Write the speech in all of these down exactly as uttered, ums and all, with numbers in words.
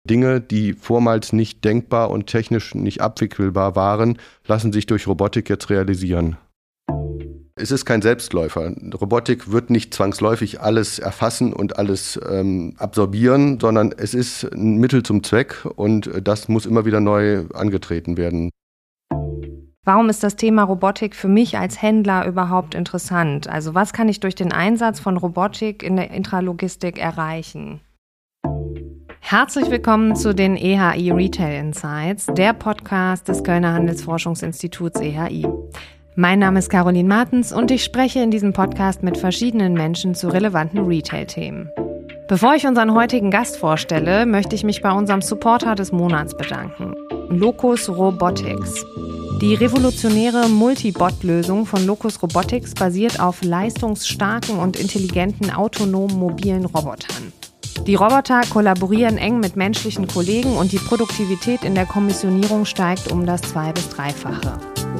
Dinge, die vormals nicht denkbar und technisch nicht abwickelbar waren, lassen sich durch Robotik jetzt realisieren. Es ist kein Selbstläufer. Robotik wird nicht zwangsläufig alles erfassen und alles ähm, absorbieren, sondern es ist ein Mittel zum Zweck und das muss immer wieder neu angetreten werden. Warum ist das Thema Robotik für mich als Händler überhaupt interessant? Also was kann ich durch den Einsatz von Robotik in der Intralogistik erreichen? Herzlich willkommen zu den E H I Retail Insights, der Podcast des Kölner Handelsforschungsinstituts E H I. Mein Name ist Caroline Martens und ich spreche in diesem Podcast mit verschiedenen Menschen zu relevanten Retail-Themen. Bevor ich unseren heutigen Gast vorstelle, möchte ich mich bei unserem Supporter des Monats bedanken, Locus Robotics. Die revolutionäre Multibot-Lösung von Locus Robotics basiert auf leistungsstarken und intelligenten autonomen mobilen Robotern. Die Roboter kollaborieren eng mit menschlichen Kollegen und die Produktivität in der Kommissionierung steigt um das Zwei- bis Dreifache.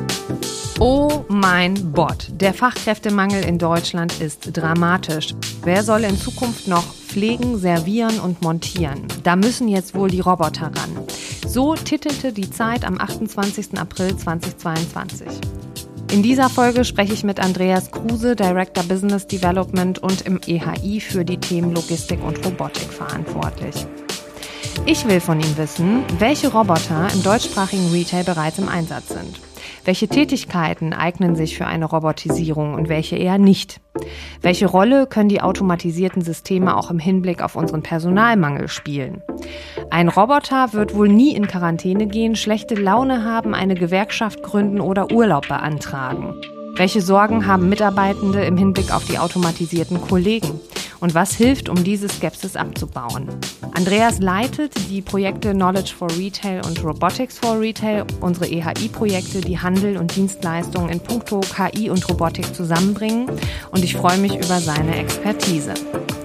Oh mein Bot, der Fachkräftemangel in Deutschland ist dramatisch. Wer soll in Zukunft noch pflegen, servieren und montieren? Da müssen jetzt wohl die Roboter ran. So titelte die Zeit am achtundzwanzigsten April zweitausendzweiundzwanzig. In dieser Folge spreche ich mit Andreas Kruse, Director Business Development und im E H I für die Themen Logistik und Robotik verantwortlich. Ich will von ihm wissen, welche Roboter im deutschsprachigen Retail bereits im Einsatz sind. Welche Tätigkeiten eignen sich für eine Robotisierung und welche eher nicht? Welche Rolle können die automatisierten Systeme auch im Hinblick auf unseren Personalmangel spielen? Ein Roboter wird wohl nie in Quarantäne gehen, schlechte Laune haben, eine Gewerkschaft gründen oder Urlaub beantragen. Welche Sorgen haben Mitarbeitende im Hinblick auf die automatisierten Kollegen? Und was hilft, um diese Skepsis abzubauen? Andreas leitet die Projekte Knowledge for Retail und Robotics for Retail, unsere E H I-Projekte, die Handel und Dienstleistungen in puncto K I und Robotik zusammenbringen. Und ich freue mich über seine Expertise.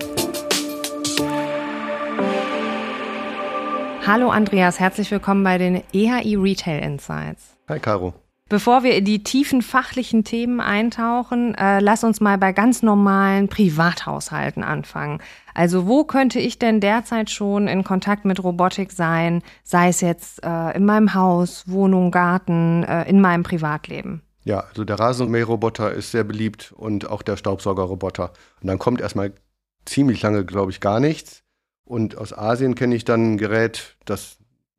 Hallo Andreas, herzlich willkommen bei den E H I Retail Insights. Hi Caro. Bevor wir in die tiefen fachlichen Themen eintauchen, äh, lass uns mal bei ganz normalen Privathaushalten anfangen. Also wo könnte ich denn derzeit schon in Kontakt mit Robotik sein, sei es jetzt äh, in meinem Haus, Wohnung, Garten, äh, in meinem Privatleben? Ja, also der Rasenmäherroboter ist sehr beliebt und auch der Staubsaugerroboter. Und dann kommt erstmal ziemlich lange, glaube ich, gar nichts. Und aus Asien kenne ich dann ein Gerät, das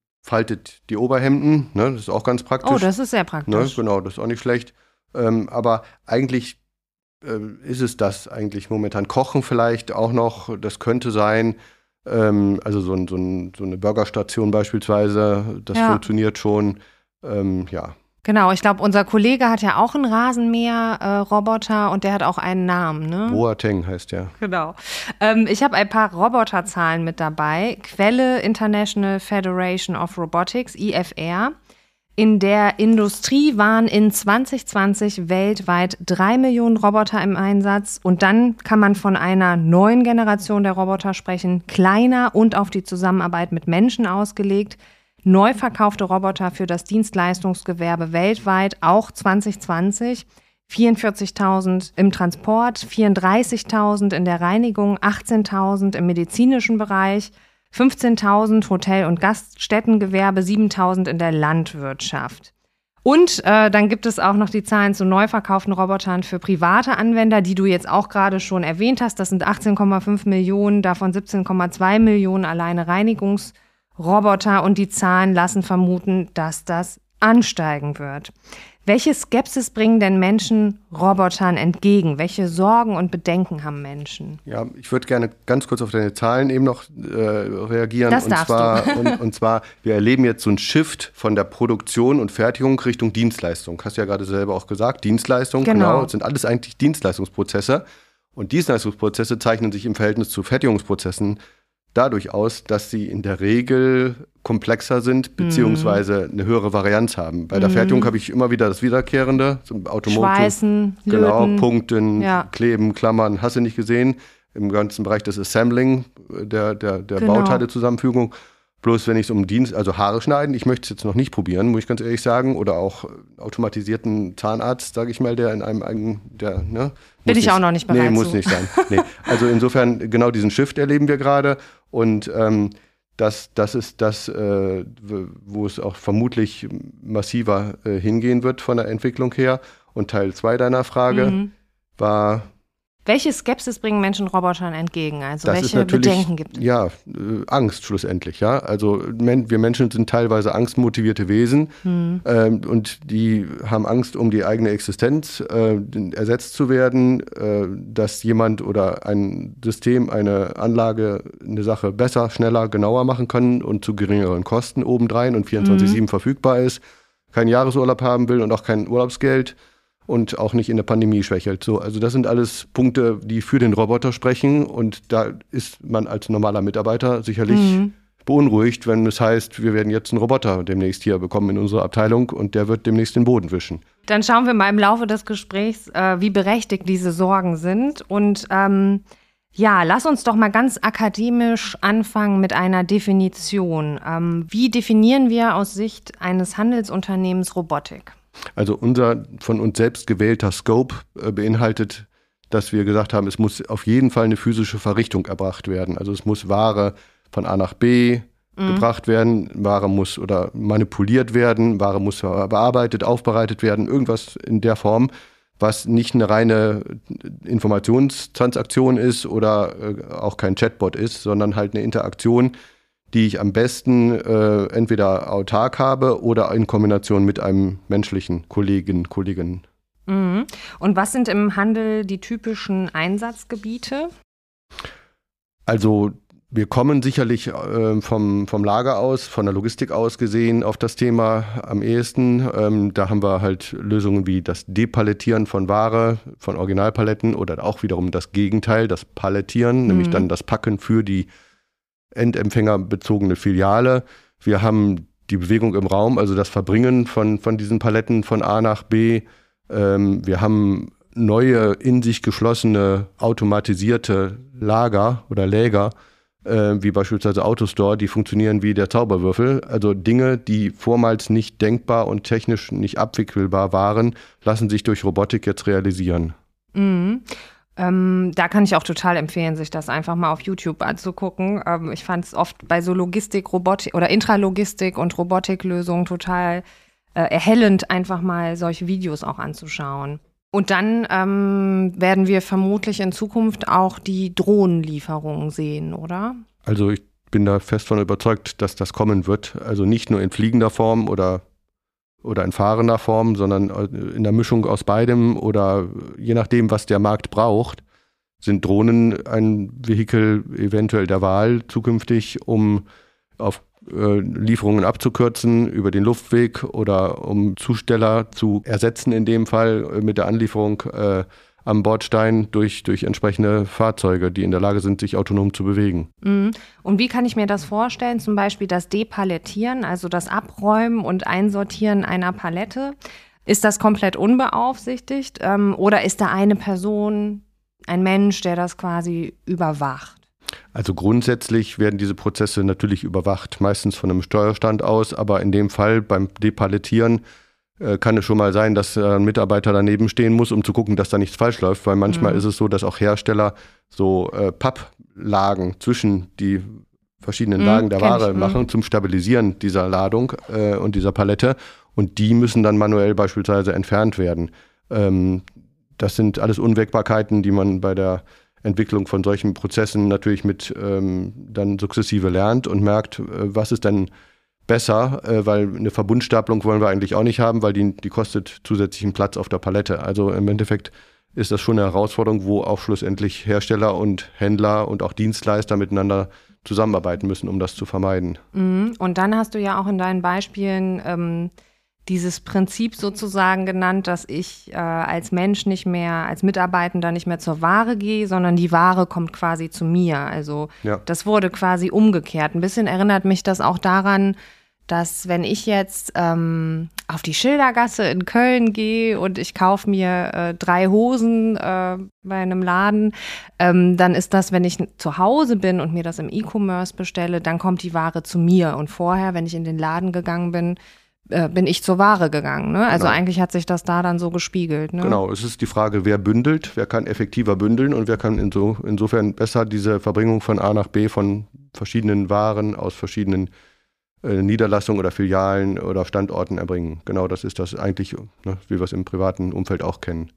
faltet die Oberhemden, ne, das ist auch ganz praktisch. Oh, das ist sehr praktisch. Ne, genau, das ist auch nicht schlecht. Ähm, aber eigentlich äh, ist es das eigentlich momentan. Kochen vielleicht auch noch, das könnte sein. Ähm, also so, ein, so, ein, so eine Burgerstation beispielsweise, das ja. funktioniert schon. Ähm, ja. Genau, ich glaube, unser Kollege hat ja auch einen Rasenmäher-Roboter äh, und der hat auch einen Namen, ne? Boateng heißt der. Genau. Ähm, ich habe ein paar Roboterzahlen mit dabei. Quelle International Federation of Robotics, I F R. In der Industrie waren in zwanzig zwanzig weltweit drei Millionen Roboter im Einsatz. Und dann kann man von einer neuen Generation der Roboter sprechen, kleiner und auf die Zusammenarbeit mit Menschen ausgelegt. Neu verkaufte Roboter für das Dienstleistungsgewerbe weltweit, auch zwanzig zwanzig, vierundvierzigtausend im Transport, vierunddreißigtausend in der Reinigung, achtzehntausend im medizinischen Bereich, fünfzehntausend Hotel- und Gaststättengewerbe, siebentausend in der Landwirtschaft. Und äh, dann gibt es auch noch die Zahlen zu neu verkauften Robotern für private Anwender, die du jetzt auch gerade schon erwähnt hast. Das sind achtzehn Komma fünf Millionen, davon siebzehn Komma zwei Millionen alleine Reinigungs- Roboter und die Zahlen lassen vermuten, dass das ansteigen wird. Welche Skepsis bringen denn Menschen Robotern entgegen? Welche Sorgen und Bedenken haben Menschen? Ja, ich würde gerne ganz kurz auf deine Zahlen eben noch äh, reagieren. Das und darfst zwar, du. und, und zwar, wir erleben jetzt so einen Shift von der Produktion und Fertigung Richtung Dienstleistung. Hast du ja gerade selber auch gesagt, Dienstleistung, genau. genau, das sind alles eigentlich Dienstleistungsprozesse. Und Dienstleistungsprozesse zeichnen sich im Verhältnis zu Fertigungsprozessen dadurch aus, dass sie in der Regel komplexer sind, beziehungsweise eine höhere Varianz haben. Bei der mm. Fertigung habe ich immer wieder das Wiederkehrende, zum Automotive. Schweißen, Genau, Löten. Punkten, ja. Kleben, Klammern, hast du nicht gesehen. Im ganzen Bereich des Assembling, der, der, der genau. Bauteilezusammenfügung. Bloß wenn ich es um Dienst, also Haare schneiden, ich möchte es jetzt noch nicht probieren, muss ich ganz ehrlich sagen. Oder auch automatisierten Zahnarzt, sage ich mal, der in einem eigenen, der, ne? Bin ich nicht, auch noch nicht bereit Nee, muss zu. nicht sein. Nee. Also insofern, genau diesen Shift erleben wir gerade. Und ähm, Das, das ist das, äh, wo es auch vermutlich massiver äh, hingehen wird von der Entwicklung her. Und Teil zwei deiner Frage mhm. war... Welche Skepsis bringen Menschen Robotern entgegen? Also das welche Bedenken gibt es? Ja, äh, Angst schlussendlich. Ja, also men- wir Menschen sind teilweise angstmotivierte Wesen hm. ähm, und die haben Angst um die eigene Existenz, äh, ersetzt zu werden, äh, dass jemand oder ein System, eine Anlage, eine Sache besser, schneller, genauer machen kann und zu geringeren Kosten obendrein und vierundzwanzig sieben hm. verfügbar ist, keinen Jahresurlaub haben will und auch kein Urlaubsgeld. Und auch nicht in der Pandemie schwächelt. So, also das sind alles Punkte, die für den Roboter sprechen. Und da ist man als normaler Mitarbeiter sicherlich mhm. beunruhigt, wenn es heißt, wir werden jetzt einen Roboter demnächst hier bekommen in unserer Abteilung und der wird demnächst den Boden wischen. Dann schauen wir mal im Laufe des Gesprächs, äh, wie berechtigt diese Sorgen sind. Und ähm, ja, lass uns doch mal ganz akademisch anfangen mit einer Definition. Ähm, wie definieren wir aus Sicht eines Handelsunternehmens Robotik? Also unser von uns selbst gewählter Scope äh, beinhaltet, dass wir gesagt haben, es muss auf jeden Fall eine physische Verrichtung erbracht werden. Also es muss Ware von A nach B mhm. gebracht werden, Ware muss oder manipuliert werden, Ware muss bearbeitet, aufbereitet werden, irgendwas in der Form, was nicht eine reine Informationstransaktion ist oder äh, auch kein Chatbot ist, sondern halt eine Interaktion, die ich am besten äh, entweder autark habe oder in Kombination mit einem menschlichen Kollegen, Kollegin. Mhm. Und was sind im Handel die typischen Einsatzgebiete? Also wir kommen sicherlich äh, vom, vom Lager aus, von der Logistik aus gesehen auf das Thema am ehesten. Ähm, da haben wir halt Lösungen wie das Depalettieren von Ware, von Originalpaletten oder auch wiederum das Gegenteil, das Palettieren, mhm. nämlich dann das Packen für die endempfängerbezogene Filiale. Wir haben die Bewegung im Raum, also das Verbringen von, von diesen Paletten von A nach B. Ähm, wir haben neue, in sich geschlossene, automatisierte Lager oder Läger, äh, wie beispielsweise Autostore, die funktionieren wie der Zauberwürfel. Also Dinge, die vormals nicht denkbar und technisch nicht abwickelbar waren, lassen sich durch Robotik jetzt realisieren. Mhm. Ähm, da kann ich auch total empfehlen, sich das einfach mal auf YouTube anzugucken. Ähm, ich fand es oft bei so Logistik, Robotik oder Intralogistik und Robotiklösungen total äh, erhellend, einfach mal solche Videos auch anzuschauen. Und dann ähm, werden wir vermutlich in Zukunft auch die Drohnenlieferungen sehen, oder? Also ich bin da fest von überzeugt, dass das kommen wird. Also nicht nur in fliegender Form oder oder in fahrender Form, sondern in der Mischung aus beidem oder je nachdem, was der Markt braucht, sind Drohnen ein Vehikel eventuell der Wahl zukünftig, um auf äh, Lieferungen abzukürzen über den Luftweg oder um Zusteller zu ersetzen, in dem Fall mit der Anlieferung äh, am Bordstein durch, durch entsprechende Fahrzeuge, die in der Lage sind, sich autonom zu bewegen. Mhm. Und wie kann ich mir das vorstellen? Zum Beispiel das Depalettieren, also das Abräumen und Einsortieren einer Palette. Ist das komplett unbeaufsichtigt? Ähm, oder ist da eine Person, ein Mensch, der das quasi überwacht? Also grundsätzlich werden diese Prozesse natürlich überwacht, meistens von einem Steuerstand aus, aber in dem Fall beim Depalettieren kann es schon mal sein, dass ein Mitarbeiter daneben stehen muss, um zu gucken, dass da nichts falsch läuft, weil manchmal mhm. ist es so, dass auch Hersteller so äh, Papplagen zwischen die verschiedenen mhm, Lagen der Ware ich, machen zum Stabilisieren dieser Ladung äh, und dieser Palette und die müssen dann manuell beispielsweise entfernt werden. Ähm, das sind alles Unwägbarkeiten, die man bei der Entwicklung von solchen Prozessen natürlich mit ähm, dann sukzessive lernt und merkt, äh, was ist denn besser, äh, weil eine Verbundstapelung wollen wir eigentlich auch nicht haben, weil die, die kostet zusätzlichen Platz auf der Palette. Also im Endeffekt ist das schon eine Herausforderung, wo auch schlussendlich Hersteller und Händler und auch Dienstleister miteinander zusammenarbeiten müssen, um das zu vermeiden. Mhm. Und dann hast du ja auch in deinen Beispielen ähm, dieses Prinzip sozusagen genannt, dass ich äh, als Mensch nicht mehr, als Mitarbeitender nicht mehr zur Ware gehe, sondern die Ware kommt quasi zu mir. Also ja. Das wurde quasi umgekehrt. Ein bisschen erinnert mich das auch daran, dass wenn ich jetzt ähm, auf die Schildergasse in Köln gehe und ich kaufe mir äh, drei Hosen äh, bei einem Laden, ähm, dann ist das, wenn ich zu Hause bin und mir das im E-Commerce bestelle, dann kommt die Ware zu mir. Und vorher, wenn ich in den Laden gegangen bin, äh, bin ich zur Ware gegangen. Ne? Also genau. Eigentlich hat sich das da dann so gespiegelt. Ne? Genau, es ist die Frage, wer bündelt, wer kann effektiver bündeln und wer kann inso, insofern besser diese Verbringung von A nach B von verschiedenen Waren aus verschiedenen äh, Niederlassungen oder Filialen oder Standorten erbringen. Genau, das ist das eigentlich, ne, wie wir es im privaten Umfeld auch kennen.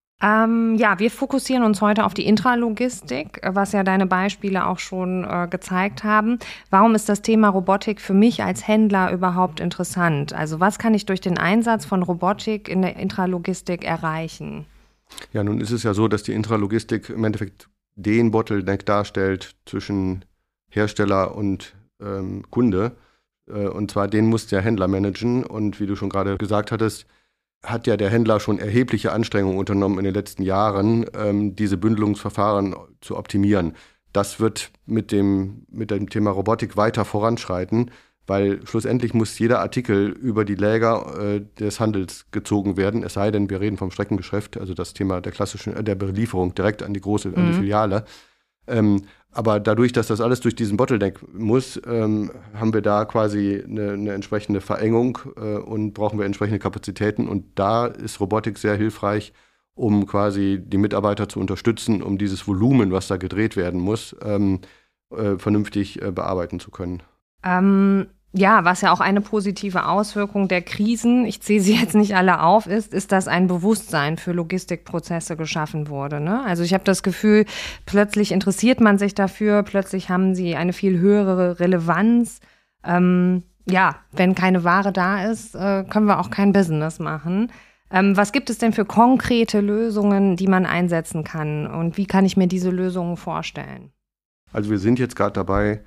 Ähm, ja, wir fokussieren uns heute auf die Intralogistik, was ja deine Beispiele auch schon äh, gezeigt haben. Warum ist das Thema Robotik für mich als Händler überhaupt interessant? Also was kann ich durch den Einsatz von Robotik in der Intralogistik erreichen? Ja, nun ist es ja so, dass die Intralogistik im Endeffekt den Bottleneck darstellt zwischen Hersteller und ähm, Kunde. Äh, und zwar den muss der Händler managen. Und wie du schon gerade gesagt hattest, hat ja der Händler schon erhebliche Anstrengungen unternommen in den letzten Jahren, ähm, diese Bündelungsverfahren zu optimieren. Das wird mit dem, mit dem Thema Robotik weiter voranschreiten, weil schlussendlich muss jeder Artikel über die Läger äh, des Handels gezogen werden, es sei denn, wir reden vom Streckengeschäft, also das Thema der klassischen, äh, der Belieferung direkt an die große, mhm. an die Filiale. Ähm, aber dadurch, dass das alles durch diesen Bottleneck muss, ähm, haben wir da quasi eine, eine entsprechende Verengung äh, und brauchen wir entsprechende Kapazitäten. Und da ist Robotik sehr hilfreich, um quasi die Mitarbeiter zu unterstützen, um dieses Volumen, was da gedreht werden muss, ähm, äh, vernünftig äh, bearbeiten zu können. Ähm Ja, was ja auch eine positive Auswirkung der Krisen, ich zähle sie jetzt nicht alle auf, ist, ist, dass ein Bewusstsein für Logistikprozesse geschaffen wurde. Ne? Also ich habe das Gefühl, plötzlich interessiert man sich dafür, plötzlich haben sie eine viel höhere Relevanz. Ähm, ja, wenn keine Ware da ist, äh, können wir auch kein Business machen. Ähm, was gibt es denn für konkrete Lösungen, die man einsetzen kann? Und wie kann ich mir diese Lösungen vorstellen? Also wir sind jetzt gerade dabei,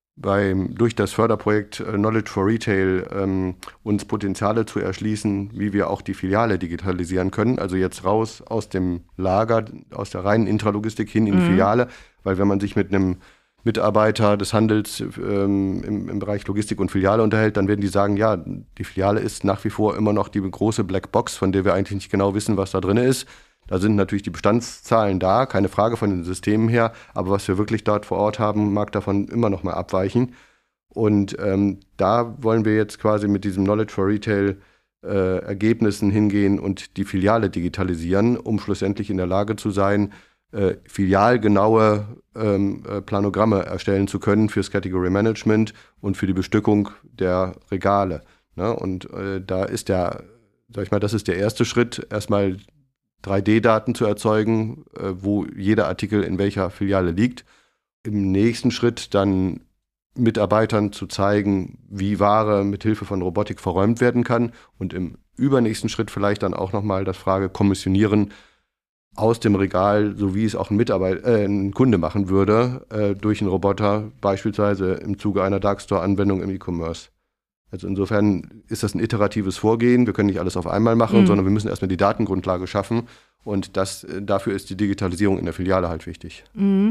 Beim, durch das Förderprojekt Knowledge for Retail ähm, uns Potenziale zu erschließen, wie wir auch die Filiale digitalisieren können. Also jetzt raus aus dem Lager, aus der reinen Intralogistik hin in die mhm. Filiale. Weil wenn man sich mit einem Mitarbeiter des Handels ähm, im, im Bereich Logistik und Filiale unterhält, dann werden die sagen, ja, die Filiale ist nach wie vor immer noch die große Blackbox, von der wir eigentlich nicht genau wissen, was da drin ist. Da sind natürlich die Bestandszahlen da, keine Frage von den Systemen her, aber was wir wirklich dort vor Ort haben, mag davon immer noch mal abweichen. Und ähm, da wollen wir jetzt quasi mit diesem Knowledge for Retail äh, Ergebnissen hingehen und die Filiale digitalisieren, um schlussendlich in der Lage zu sein, äh, filialgenaue ähm, äh, Planogramme erstellen zu können fürs Category Management und für die Bestückung der Regale. Ne? Und äh, da ist der, sag ich mal, das ist der erste Schritt, erstmal drei D Daten zu erzeugen, äh, wo jeder Artikel in welcher Filiale liegt. Im nächsten Schritt dann Mitarbeitern zu zeigen, wie Ware mit Hilfe von Robotik verräumt werden kann. Und im übernächsten Schritt vielleicht dann auch nochmal das Frage kommissionieren aus dem Regal, so wie es auch ein, Mitarbeit- äh, ein Kunde machen würde, äh, durch einen Roboter, beispielsweise im Zuge einer Darkstore-Anwendung im E-Commerce. Also insofern ist das ein iteratives Vorgehen. Wir können nicht alles auf einmal machen, mhm. sondern wir müssen erstmal die Datengrundlage schaffen. Und das, dafür ist die Digitalisierung in der Filiale halt wichtig. Mhm.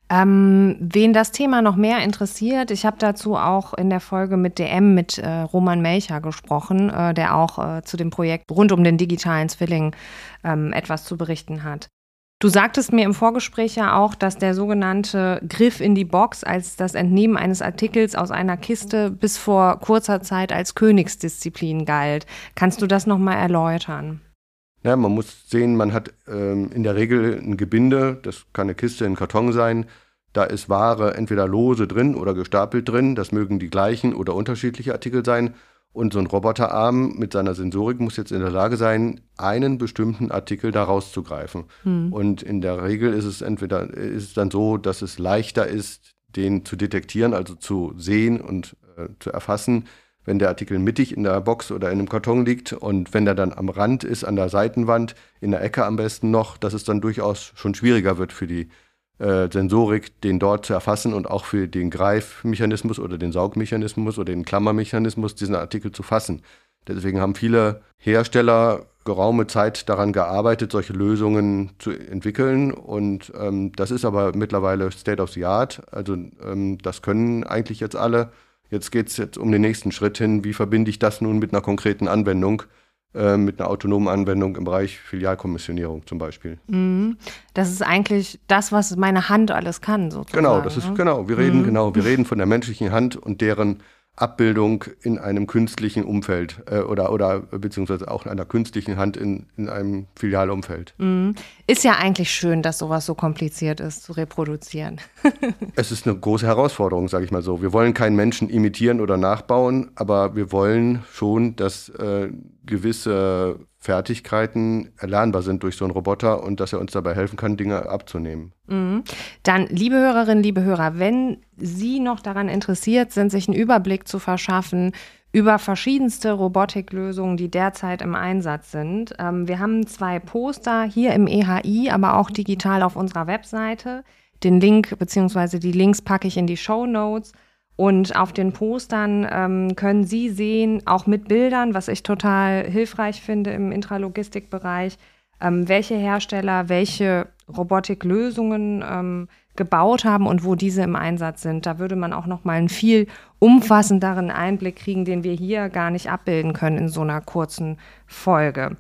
Ähm, wen das Thema noch mehr interessiert, ich habe dazu auch in der Folge mit D M mit äh, Roman Melcher gesprochen, äh, der auch äh, zu dem Projekt rund um den digitalen Zwilling ähm, etwas zu berichten hat. Du sagtest mir im Vorgespräch ja auch, dass der sogenannte Griff in die Box als das Entnehmen eines Artikels aus einer Kiste bis vor kurzer Zeit als Königsdisziplin galt. Kannst du das nochmal erläutern? Ja, man muss sehen, man hat ähm, in der Regel ein Gebinde, das kann eine Kiste, ein Karton sein. Da ist Ware entweder lose drin oder gestapelt drin. Das mögen die gleichen oder unterschiedliche Artikel sein. Und so ein Roboterarm mit seiner Sensorik muss jetzt in der Lage sein, einen bestimmten Artikel da rauszugreifen. Hm. Und in der Regel ist es entweder ist es dann so, dass es leichter ist, den zu detektieren, also zu sehen und äh, zu erfassen, wenn der Artikel mittig in der Box oder in einem Karton liegt und wenn der dann am Rand ist, an der Seitenwand, in der Ecke am besten noch, dass es dann durchaus schon schwieriger wird für die äh, Sensorik, den dort zu erfassen und auch für den Greifmechanismus oder den Saugmechanismus oder den Klammermechanismus, diesen Artikel zu fassen. Deswegen haben viele Hersteller geraume Zeit daran gearbeitet, solche Lösungen zu entwickeln. Und ähm, das ist aber mittlerweile State of the Art. Also ähm, das können eigentlich jetzt alle. Jetzt geht es jetzt um den nächsten Schritt hin. Wie verbinde ich das nun mit einer konkreten Anwendung, äh, mit einer autonomen Anwendung im Bereich Filialkommissionierung zum Beispiel? Mhm. Das ist eigentlich das, was meine Hand alles kann, sozusagen. Genau, das ist genau. Wir reden mhm. genau. Wir reden von der menschlichen Hand und deren Abbildung in einem künstlichen Umfeld äh, oder, oder beziehungsweise auch in einer künstlichen Hand in, in einem Filialumfeld. Mhm. Ist ja eigentlich schön, dass sowas so kompliziert ist zu reproduzieren. Es ist eine große Herausforderung, sage ich mal so. Wir wollen keinen Menschen imitieren oder nachbauen, aber wir wollen schon, dass äh, gewisse Fertigkeiten erlernbar sind durch so einen Roboter und dass er uns dabei helfen kann, Dinge abzunehmen. Mhm. Dann, liebe Hörerinnen, liebe Hörer, wenn Sie noch daran interessiert sind, sich einen Überblick zu verschaffen über verschiedenste Robotiklösungen, die derzeit im Einsatz sind. Ähm, wir haben zwei Poster hier im E H I, aber auch digital auf unserer Webseite. Den Link bzw. die Links packe ich in die Shownotes. Und auf den Postern ähm, können Sie sehen, auch mit Bildern, was ich total hilfreich finde im Intralogistikbereich, ähm, welche Hersteller welche Robotiklösungen ähm, gebaut haben und wo diese im Einsatz sind. Da würde man auch noch mal einen viel umfassenderen Einblick kriegen, den wir hier gar nicht abbilden können in so einer kurzen Folge.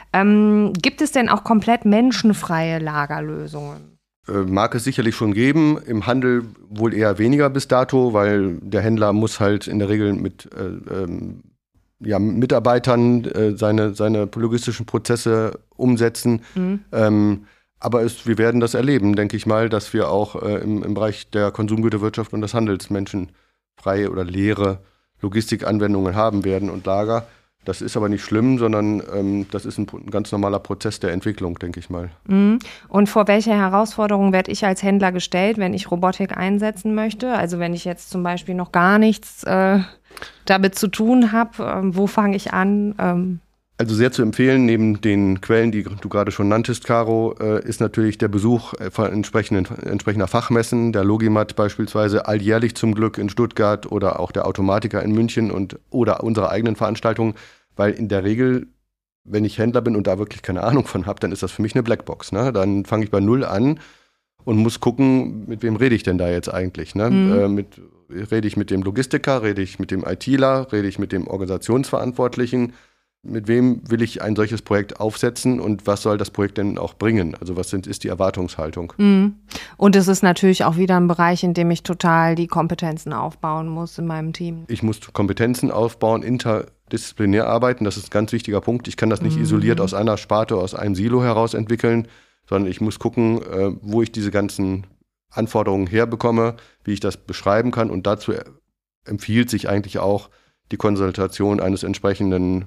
Ähm, gibt es denn auch komplett menschenfreie Lagerlösungen? Mag es sicherlich schon geben, im Handel wohl eher weniger bis dato, weil der Händler muss halt in der Regel mit äh, ähm, ja, Mitarbeitern äh, seine, seine logistischen Prozesse umsetzen. Mhm. Ähm, aber es, wir werden das erleben, denke ich mal, dass wir auch äh, im, im Bereich der Konsumgüterwirtschaft und des Handels menschenfreie oder leere Logistikanwendungen haben werden und Lager. Das ist aber nicht schlimm, sondern ähm, das ist ein, ein ganz normaler Prozess der Entwicklung, denke ich mal. Und vor welche Herausforderungen werde ich als Händler gestellt, wenn ich Robotik einsetzen möchte? Also wenn ich jetzt zum Beispiel noch gar nichts äh, damit zu tun habe, ähm, wo fange ich an? Ähm Also sehr zu empfehlen, neben den Quellen, die du gerade schon nanntest, Caro, äh, ist natürlich der Besuch von entsprechenden, entsprechender Fachmessen, der Logimat beispielsweise, alljährlich zum Glück in Stuttgart oder auch der Automatiker in München und oder unsere eigenen Veranstaltungen, weil in der Regel, wenn ich Händler bin und da wirklich keine Ahnung von habe, dann ist das für mich eine Blackbox. Ne? Dann fange ich bei Null an und muss gucken, mit wem rede ich denn da jetzt eigentlich? Ne? Mhm. Äh, mit, rede ich mit dem Logistiker, rede ich mit dem ITler, rede ich mit dem Organisationsverantwortlichen? Mit wem will ich ein solches Projekt aufsetzen und was soll das Projekt denn auch bringen? Also was sind, ist die Erwartungshaltung? Mhm. Und es ist natürlich auch wieder ein Bereich, in dem ich total die Kompetenzen aufbauen muss in meinem Team. Ich muss Kompetenzen aufbauen, interdisziplinär arbeiten, das ist ein ganz wichtiger Punkt. Ich kann das nicht mhm. isoliert aus einer Sparte, aus einem Silo heraus entwickeln, sondern ich muss gucken, äh, wo ich diese ganzen Anforderungen herbekomme, wie ich das beschreiben kann. Und dazu empfiehlt sich eigentlich auch die Konsultation eines entsprechenden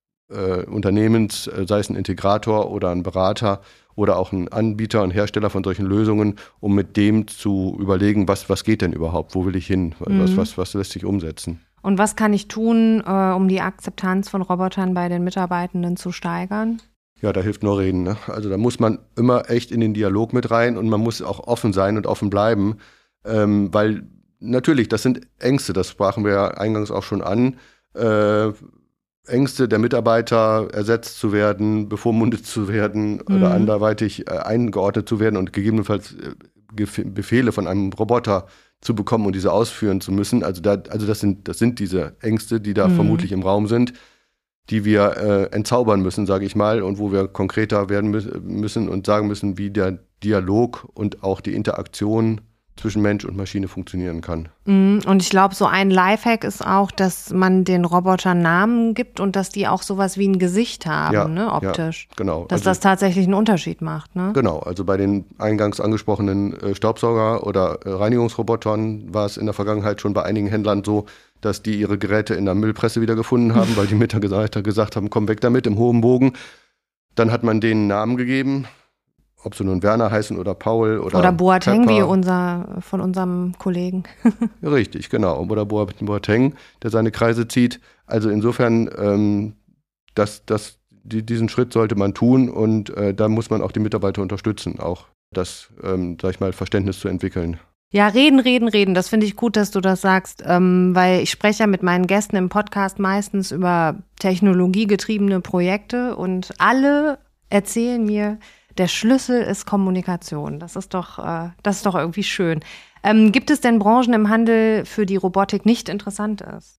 Äh, Unternehmens, äh, sei es ein Integrator oder ein Berater oder auch ein Anbieter, ein Hersteller von solchen Lösungen, um mit dem zu überlegen, was, was geht denn überhaupt, wo will ich hin, mhm. was, was, was lässt sich umsetzen. Und was kann ich tun, äh, um die Akzeptanz von Robotern bei den Mitarbeitenden zu steigern? Ja, da hilft nur reden. Ne? Also da muss man immer echt in den Dialog mit rein und man muss auch offen sein und offen bleiben, ähm, weil natürlich, das sind Ängste, das sprachen wir ja eingangs auch schon an, äh, Ängste der Mitarbeiter, ersetzt zu werden, bevormundet zu werden mhm. oder anderweitig äh, eingeordnet zu werden und gegebenenfalls äh, Gef- Befehle von einem Roboter zu bekommen und diese ausführen zu müssen. Also, da, also das sind, das sind diese Ängste, die da mhm. vermutlich im Raum sind, die wir äh, entzaubern müssen, sage ich mal, und wo wir konkreter werden mü- müssen und sagen müssen, wie der Dialog und auch die Interaktion zwischen Mensch und Maschine funktionieren kann. Und ich glaube, so ein Lifehack ist auch, dass man den Robotern Namen gibt und dass die auch sowas wie ein Gesicht haben, ja, ne, optisch. Ja, genau. Dass also, das tatsächlich einen Unterschied macht, ne? Genau, also bei den eingangs angesprochenen äh, Staubsauger- oder äh, Reinigungsrobotern war es in der Vergangenheit schon bei einigen Händlern so, dass die ihre Geräte in der Müllpresse wiedergefunden haben, weil die Mitarbeiter gesagt haben, komm weg damit, im hohen Bogen. Dann hat man denen Namen gegeben, ob sie nun Werner heißen oder Paul oder Oder Boateng, Pepper. Wie unser, von unserem Kollegen. Richtig, genau. Oder Boateng, der seine Kreise zieht. Also insofern, ähm, das, das, die, diesen Schritt sollte man tun und äh, da muss man auch die Mitarbeiter unterstützen, auch das, ähm, sag ich mal, Verständnis zu entwickeln. Ja, reden, reden, reden. Das finde ich gut, dass du das sagst, ähm, weil ich spreche ja mit meinen Gästen im Podcast meistens über technologiegetriebene Projekte und alle erzählen mir, der Schlüssel ist Kommunikation. Das ist doch, äh, das ist doch irgendwie schön. Ähm, gibt es denn Branchen im Handel, für die Robotik nicht interessant ist?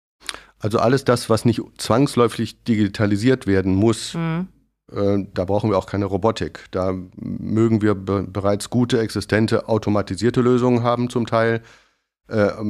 Also alles das, was nicht zwangsläufig digitalisiert werden muss, mhm. äh, da brauchen wir auch keine Robotik. Da mögen wir be- bereits gute, existente, automatisierte Lösungen haben zum Teil. Äh,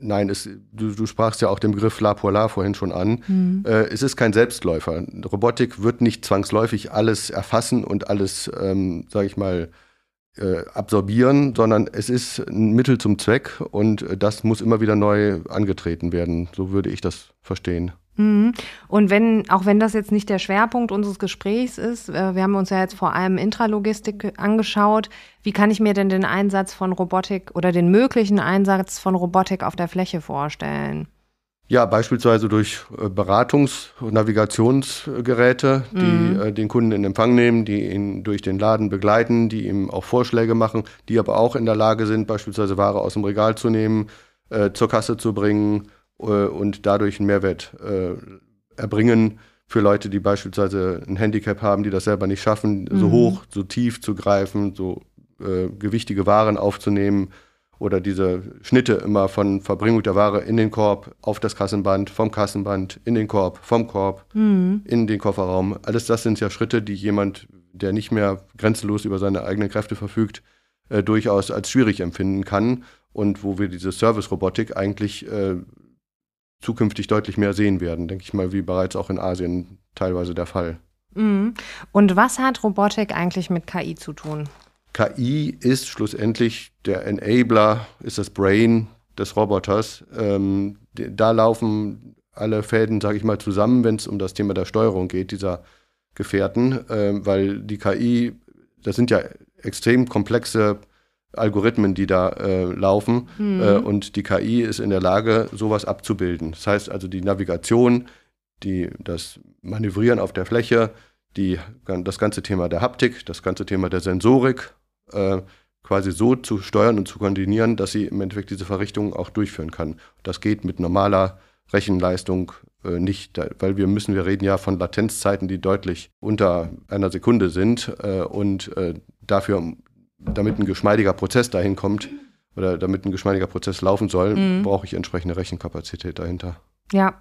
Nein, es, du, du sprachst ja auch den Begriff La pour La vorhin schon an. Mhm. Äh, es ist kein Selbstläufer. Robotik wird nicht zwangsläufig alles erfassen und alles, ähm, sage ich mal, äh, absorbieren, sondern es ist ein Mittel zum Zweck und das muss immer wieder neu angetreten werden. So würde ich das verstehen. Mhm. Und wenn, auch wenn das jetzt nicht der Schwerpunkt unseres Gesprächs ist, äh, wir haben uns ja jetzt vor allem Intralogistik angeschaut, wie kann ich mir denn den Einsatz von Robotik oder den möglichen Einsatz von Robotik auf der Fläche vorstellen? Ja, beispielsweise durch äh, Beratungs- und Navigationsgeräte, die mhm. äh, den Kunden in Empfang nehmen, die ihn durch den Laden begleiten, die ihm auch Vorschläge machen, die aber auch in der Lage sind, beispielsweise Ware aus dem Regal zu nehmen, äh, zur Kasse zu bringen, und dadurch einen Mehrwert äh, erbringen für Leute, die beispielsweise ein Handicap haben, die das selber nicht schaffen, mhm. so hoch, so tief zu greifen, so äh, gewichtige Waren aufzunehmen oder diese Schnitte immer von Verbringung der Ware in den Korb, auf das Kassenband, vom Kassenband, in den Korb, vom Korb, mhm. in den Kofferraum. Alles das sind ja Schritte, die jemand, der nicht mehr grenzenlos über seine eigenen Kräfte verfügt, äh, durchaus als schwierig empfinden kann und wo wir diese Service-Robotik eigentlich äh, zukünftig deutlich mehr sehen werden, denke ich mal, wie bereits auch in Asien teilweise der Fall. Mhm. Und was hat Robotik eigentlich mit K I zu tun? K I ist schlussendlich der Enabler, ist das Brain des Roboters. Ähm, da laufen alle Fäden, sage ich mal, zusammen, wenn es um das Thema der Steuerung geht, dieser Gefährten, äh, weil die K I, das sind ja extrem komplexe Algorithmen, die da äh, laufen mhm. äh, und die K I ist in der Lage, sowas abzubilden. Das heißt also die Navigation, die, das Manövrieren auf der Fläche, die, das ganze Thema der Haptik, das ganze Thema der Sensorik äh, quasi so zu steuern und zu koordinieren, dass sie im Endeffekt diese Verrichtung auch durchführen kann. Das geht mit normaler Rechenleistung äh, nicht, da, weil wir müssen, wir reden ja von Latenzzeiten, die deutlich unter einer Sekunde sind äh, und äh, dafür damit ein geschmeidiger Prozess dahin kommt oder damit ein geschmeidiger Prozess laufen soll, mhm. brauche ich entsprechende Rechenkapazität dahinter. Ja,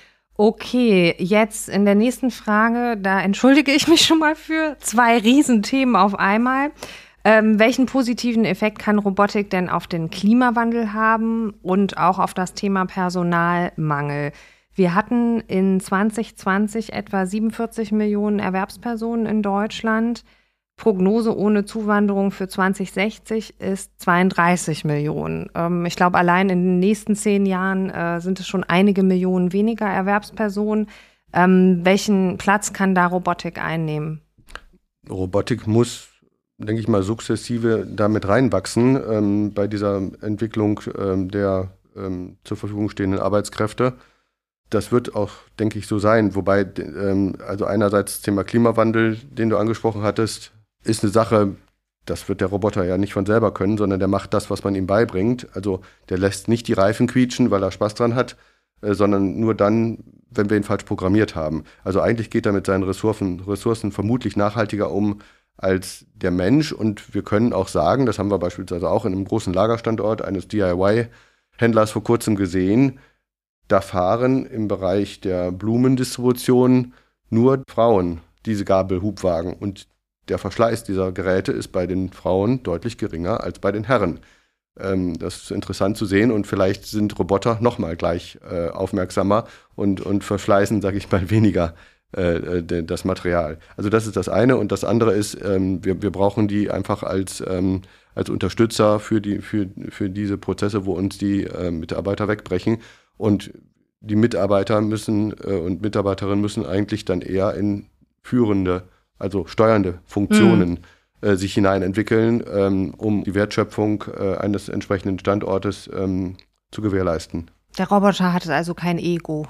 okay. Jetzt in der nächsten Frage, da entschuldige ich mich schon mal für, zwei Riesenthemen auf einmal. Ähm, welchen positiven Effekt kann Robotik denn auf den Klimawandel haben und auch auf das Thema Personalmangel? Wir hatten in zwanzig zwanzig etwa siebenundvierzig Millionen Erwerbspersonen in Deutschland. Prognose ohne Zuwanderung für zwanzig sechzig ist zweiunddreißig Millionen. Ähm, ich glaube, allein in den nächsten zehn Jahren äh, sind es schon einige Millionen weniger Erwerbspersonen. Ähm, welchen Platz kann da Robotik einnehmen? Robotik muss, denke ich mal, sukzessive damit reinwachsen ähm, bei dieser Entwicklung ähm, der ähm, zur Verfügung stehenden Arbeitskräfte. Das wird auch, denke ich, so sein. Wobei, ähm, also einerseits das Thema Klimawandel, den du angesprochen hattest, ist eine Sache, das wird der Roboter ja nicht von selber können, sondern der macht das, was man ihm beibringt. Also der lässt nicht die Reifen quietschen, weil er Spaß dran hat, äh, sondern nur dann, wenn wir ihn falsch programmiert haben. Also eigentlich geht er mit seinen Ressourcen, Ressourcen vermutlich nachhaltiger um als der Mensch. Und wir können auch sagen, das haben wir beispielsweise auch in einem großen Lagerstandort eines D I Y-Händlers vor kurzem gesehen, da fahren im Bereich der Blumendistribution nur Frauen diese Gabelhubwagen und der Verschleiß dieser Geräte ist bei den Frauen deutlich geringer als bei den Herren. Ähm, das ist interessant zu sehen und vielleicht sind Roboter nochmal gleich äh, aufmerksamer und, und verschleißen, sage ich mal, weniger äh, das Material. Also das ist das eine und das andere ist, ähm, wir, wir brauchen die einfach als, ähm, als Unterstützer für, die, für, für diese Prozesse, wo uns die äh, Mitarbeiter wegbrechen. Und die Mitarbeiter müssen äh, und Mitarbeiterinnen müssen eigentlich dann eher in führende, also steuernde Funktionen mhm. äh, sich hineinentwickeln, ähm, um die Wertschöpfung äh, eines entsprechenden Standortes ähm, zu gewährleisten. Der Roboter hat also kein Ego.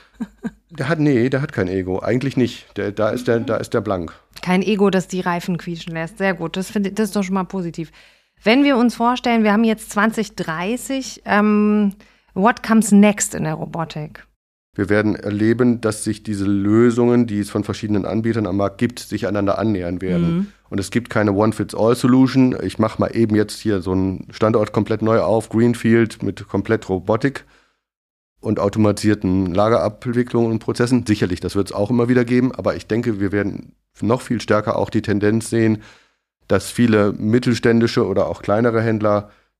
Der hat, nee, der hat kein Ego. Eigentlich nicht. Der, da, ist der, da ist der blank. Kein Ego, das die Reifen quietschen lässt. Sehr gut, das, find, das ist doch schon mal positiv. Wenn wir uns vorstellen, wir haben jetzt zwanzig dreißig, ähm, what comes next in der Robotik? Wir werden erleben, dass sich diese Lösungen, die es von verschiedenen Anbietern am Markt gibt, sich einander annähern werden. Mhm. Und es gibt keine One-Fits-All-Solution. Ich mache mal eben jetzt hier so einen Standort komplett neu auf, Greenfield mit komplett Robotik und automatisierten Lagerabwicklungen und Prozessen. Sicherlich, das wird es auch immer wieder geben. Aber ich denke, wir werden noch viel stärker auch die Tendenz sehen, dass viele mittelständische oder auch kleinere Händler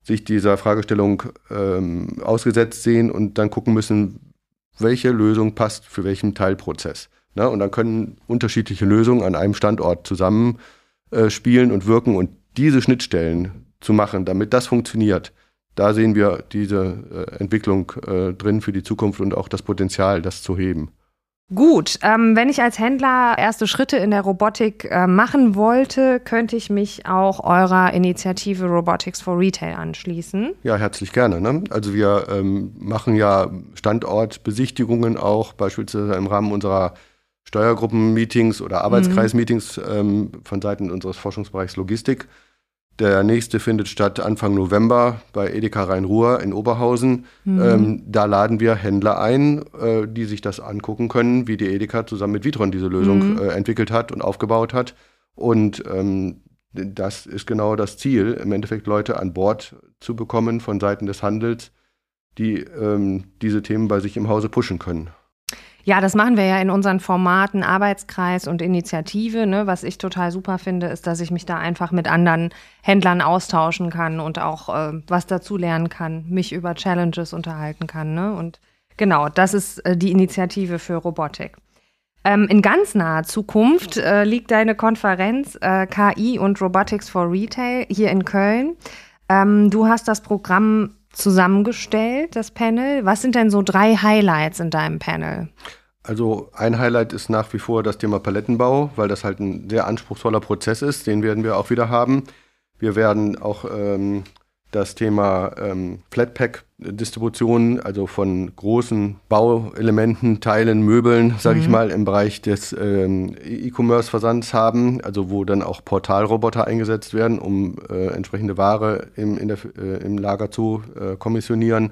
sich dieser Fragestellung ähm, ausgesetzt sehen und dann gucken müssen, welche Lösung passt für welchen Teilprozess. Ne? Und dann können unterschiedliche Lösungen an einem Standort zusammenspielen äh, und wirken und diese Schnittstellen zu machen, damit das funktioniert. Da sehen wir diese äh, Entwicklung äh, drin für die Zukunft und auch das Potenzial, das zu heben. Gut, ähm, wenn ich als Händler erste Schritte in der Robotik äh, machen wollte, könnte ich mich auch eurer Initiative Robotics for Retail anschließen. Ja, herzlich gerne. Ne? Also wir ähm, machen ja Standortbesichtigungen auch, beispielsweise im Rahmen unserer Steuergruppen-Meetings oder Arbeitskreis-Meetings ähm, von Seiten unseres Forschungsbereichs Logistik. Der nächste findet statt Anfang November bei Edeka Rhein-Ruhr in Oberhausen. Mhm. Ähm, da laden wir Händler ein, äh, die sich das angucken können, wie die Edeka zusammen mit Witron diese Lösung mhm. äh, entwickelt hat und aufgebaut hat. Und ähm, das ist genau das Ziel, im Endeffekt Leute an Bord zu bekommen von Seiten des Handels, die ähm, diese Themen bei sich im Hause pushen können. Ja, das machen wir ja in unseren Formaten Arbeitskreis und Initiative. Ne? Was ich total super finde, ist, dass ich mich da einfach mit anderen Händlern austauschen kann und auch äh, was dazulernen kann, mich über Challenges unterhalten kann. Ne? Und genau, das ist äh, die Initiative für Robotik. Ähm, in ganz naher Zukunft äh, liegt deine Konferenz äh, K I und Robotics for Retail hier in Köln. Ähm, du hast das Programm zusammengestellt, das Panel. Was sind denn so drei Highlights in deinem Panel? Also ein Highlight ist nach wie vor das Thema Palettenbau, weil das halt ein sehr anspruchsvoller Prozess ist. Den werden wir auch wieder haben. Wir werden auch ähm, das Thema ähm, Flatpack-Distribution, also von großen Bauelementen, Teilen, Möbeln, sage mhm. ich mal, im Bereich des ähm, E-Commerce-Versands haben, also wo dann auch Portalroboter eingesetzt werden, um äh, entsprechende Ware im, in der, äh, im Lager zu äh, kommissionieren.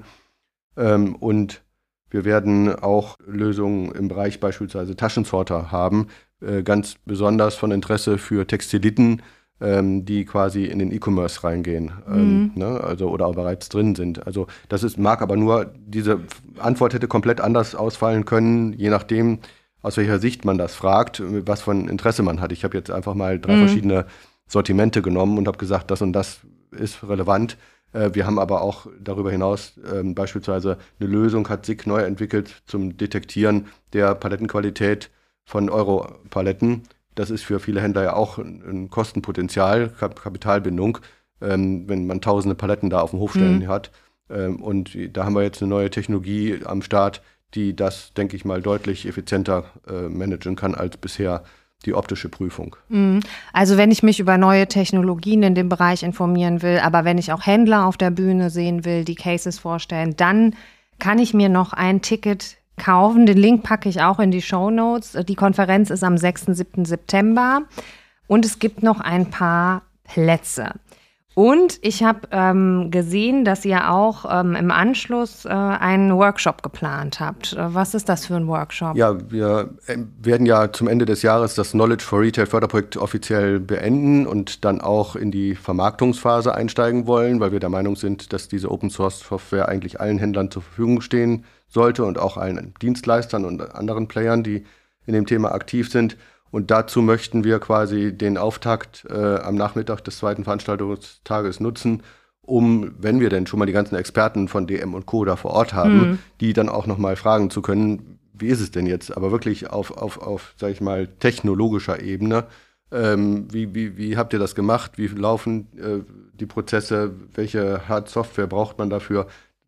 Ähm, und wir werden auch Lösungen im Bereich beispielsweise Taschensorter haben, äh, ganz besonders von Interesse für Textiliten, die quasi in den E-Commerce reingehen, mhm. ähm, ne, also oder auch bereits drin sind. Also das ist, mag aber nur, diese Antwort hätte komplett anders ausfallen können, je nachdem, aus welcher Sicht man das fragt, was für ein Interesse man hat. Ich habe jetzt einfach mal drei mhm. verschiedene Sortimente genommen und habe gesagt, das und das ist relevant. Äh, wir haben aber auch darüber hinaus äh, beispielsweise eine Lösung, hat S I C neu entwickelt zum Detektieren der Palettenqualität von Europaletten. Das ist für viele Händler ja auch ein Kostenpotenzial, Kapitalbindung, ähm, wenn man tausende Paletten da auf dem Hof stellen mhm. hat. Ähm, und da haben wir jetzt eine neue Technologie am Start, die das, denke ich mal, deutlich effizienter äh, managen kann als bisher die optische Prüfung. Also wenn ich mich über neue Technologien in dem Bereich informieren will, aber wenn ich auch Händler auf der Bühne sehen will, die Cases vorstellen, dann kann ich mir noch ein Ticket kaufen. Den Link packe ich auch in die Shownotes. Die Konferenz ist am sechsten, siebten September und es gibt noch ein paar Plätze. Und ich habe ähm, gesehen, dass ihr auch ähm, im Anschluss äh, einen Workshop geplant habt. Was ist das für ein Workshop? Ja, wir äh, werden ja zum Ende des Jahres das Knowledge for Retail Förderprojekt offiziell beenden und dann auch in die Vermarktungsphase einsteigen wollen, weil wir der Meinung sind, dass diese Open-Source-Software eigentlich allen Händlern zur Verfügung stehen sollte und auch allen Dienstleistern und anderen Playern, die in dem Thema aktiv sind. Und dazu möchten wir quasi den Auftakt äh, am Nachmittag des zweiten Veranstaltungstages nutzen, um, wenn wir denn schon mal die ganzen Experten von D M und Co. da vor Ort haben, mhm. die dann auch nochmal fragen zu können, wie ist es denn jetzt? Aber wirklich auf, auf, auf sag ich mal, technologischer Ebene. Ähm, wie, wie, wie habt ihr das gemacht? Wie laufen äh, die Prozesse? Welche Hard-Software braucht man dafür?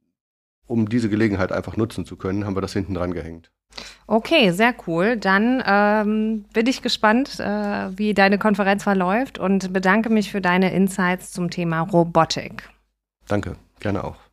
Um diese Gelegenheit einfach nutzen zu können, haben wir das hinten dran gehängt. Okay, sehr cool. Dann ähm, bin ich gespannt, äh, wie deine Konferenz verläuft und bedanke mich für deine Insights zum Thema Robotik. Danke, gerne auch.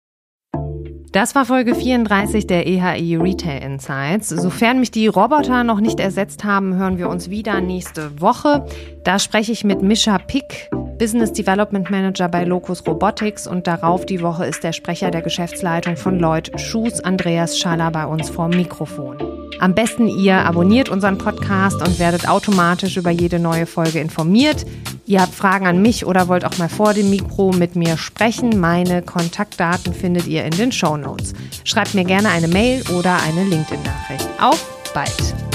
Das war Folge vierunddreißig der E H I Retail Insights. Sofern mich die Roboter noch nicht ersetzt haben, hören wir uns wieder nächste Woche. Da spreche ich mit Mischa Pick, Business Development Manager bei Locus Robotics, und darauf die Woche ist der Sprecher der Geschäftsleitung von Lloyd Shoes, Andreas Schaller, bei uns vorm Mikrofon. Am besten ihr abonniert unseren Podcast und werdet automatisch über jede neue Folge informiert. Ihr habt Fragen an mich oder wollt auch mal vor dem Mikro mit mir sprechen. Meine Kontaktdaten findet ihr in den Shownotes. Schreibt mir gerne eine Mail oder eine LinkedIn-Nachricht. Auf bald!